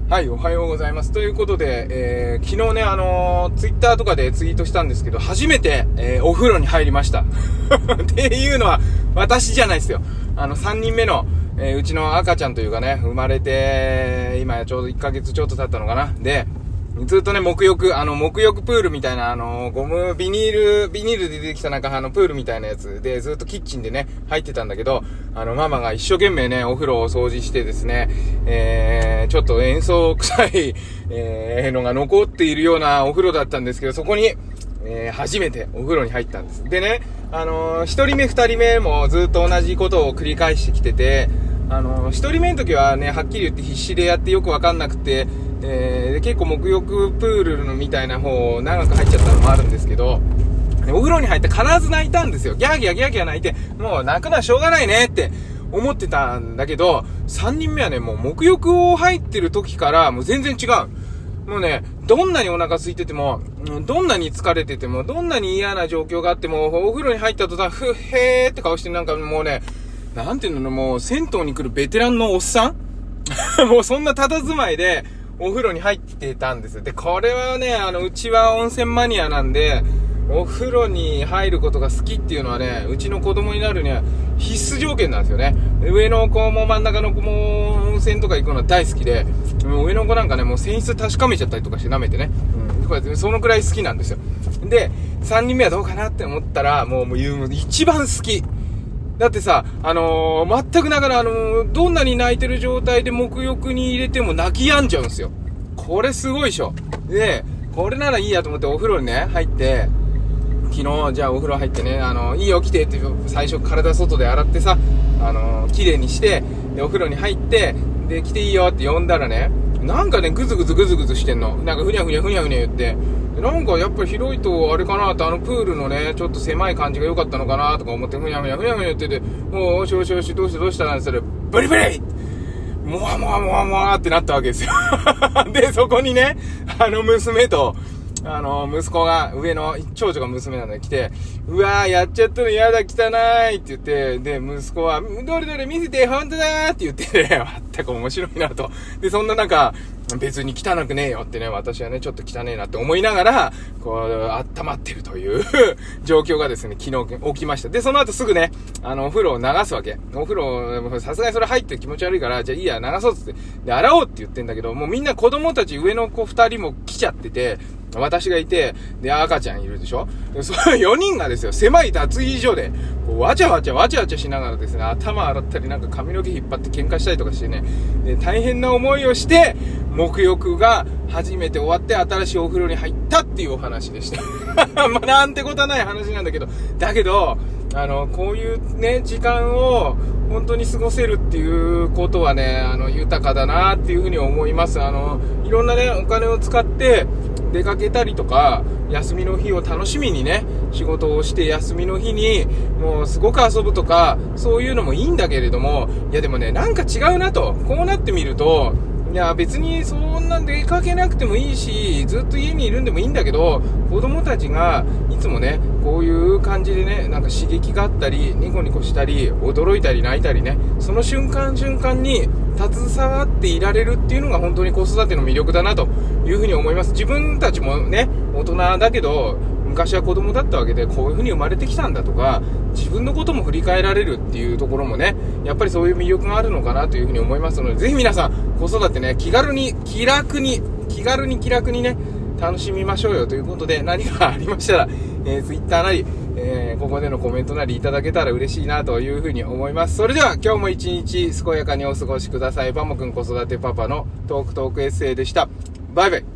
はい、おはようございます。ということで、昨日ね、ツイッターとかでツイートしたんですけど、初めて、お風呂に入りました。っていうのは、私じゃないですよ。3人目の、うちの赤ちゃんというかね、生まれて、今ちょうど1ヶ月ちょっと経ったのかな。で、ずっとね、沐浴プールみたいな、ビニールで出てきたなんかプールみたいなやつで、ずっとキッチンでね、入ってたんだけど、ママが一生懸命ね、お風呂を掃除してですね、ちょっと塩素臭い、のが残っているようなお風呂だったんですけど、そこに、初めてお風呂に入ったんです。でね、一人目二人目もずっと同じことを繰り返してきてて、一人目の時はね、はっきり言って必死でやってよくわかんなくて、結構沐浴プールのみたいな方を長く入っちゃったのもあるんですけど、お風呂に入って必ず泣いたんですよ。ギャーギャー泣いて、もう泣くのはしょうがないねって思ってたんだけど、3人目はね、もう沐浴を入ってる時からもう全然違う。もうね、どんなにお腹空いてても、どんなに疲れてても、どんなに嫌な状況があっても、お風呂に入った途端、ふっへーって顔してなんかもうね、なんていうの、もう銭湯に来るベテランのおっさんもうそんな佇まいでお風呂に入ってたんです。で、これはね、うちは温泉マニアなんで、お風呂に入ることが好きっていうのはね、うちの子供になるには必須条件なんですよね。上の子も真ん中の子も温泉とか行くのは大好きで、上の子なんかね、もう泉質確かめちゃったりとかして舐めてね。そのくらい好きなんですよ。で、3人目はどうかなって思ったら、もう一番好き。だってさ、全くだから、どんなに泣いてる状態で沐浴に入れても泣き止んじゃうんですよ。これすごいでしょ。で、これならいいやと思ってお風呂にね、入って、昨日、じゃあお風呂入ってね、いいよ来てって最初体外で洗ってさ、綺麗にして、で、お風呂に入って、で、来ていいよって呼んだらね、なんかね、ぐずぐずしてんの。なんかふにゃふにゃ言って、なんかやっぱり広いとあれかなって、プールのね、ちょっと狭い感じが良かったのかなとか思って、ふにゃふにゃ言ってて、もう、おしどうしたなんて言ったら、ブリブリもわってなったわけですよ。で、そこにね、娘と、息子が、上の長女が娘なので来て、うわー、やっちゃったのやだ、汚いって言って、で、息子は、どれ見せて、ほんとだーって言ってね、まったく面白いなと。で、そんな中、別に汚くねえよってね、私はね、ちょっと汚ねえなって思いながら、こう、温まってるという状況がですね、昨日起きました。で、その後すぐね、お風呂を流すわけ。お風呂、さすがにそれ入って気持ち悪いから、じゃあいいや、流そうっつって。で、洗おうって言ってんだけど、もうみんな子供たち上の子2人も来ちゃってて、私がいて、で、赤ちゃんいるでしょ。その4人がですよ、狭い脱衣所で、わちゃわちゃしながらですね、頭洗ったりなんか髪の毛引っ張って喧嘩したりとかしてね、で、大変な思いをして、沐浴が初めて終わって新しいお風呂に入ったっていうお話でした。まあ、なんてことはない話なんだけど、こういうね、時間を本当に過ごせるっていうことはね、豊かだなっていうふうに思います。いろんなね、お金を使って出かけたりとか、休みの日を楽しみにね、仕事をして休みの日に、もうすごく遊ぶとか、そういうのもいいんだけれども、いやでもね、なんか違うなと。こうなってみると、いや別にそんな出かけなくてもいいし、ずっと家にいるんでもいいんだけど、子供たちがいつもね、こういう感じでね、なんか刺激があったり、ニコニコしたり、驚いたり泣いたりね、その瞬間に携わっていられるっていうのが本当に子育ての魅力だなというふうに思います。自分たちもね、大人だけど、昔は子供だったわけで、こういう風に生まれてきたんだとか、自分のことも振り返られるっていうところもね、やっぱりそういう魅力があるのかなという風に思いますので、ぜひ皆さん、子育てね、気軽にね、楽しみましょうよということで、何がありましたら、Twitter なり、ここでのコメントなりいただけたら嬉しいなという風に思います。それでは今日も一日健やかにお過ごしください。バモくん子育てパパのトークエッセイでした。バイバイ。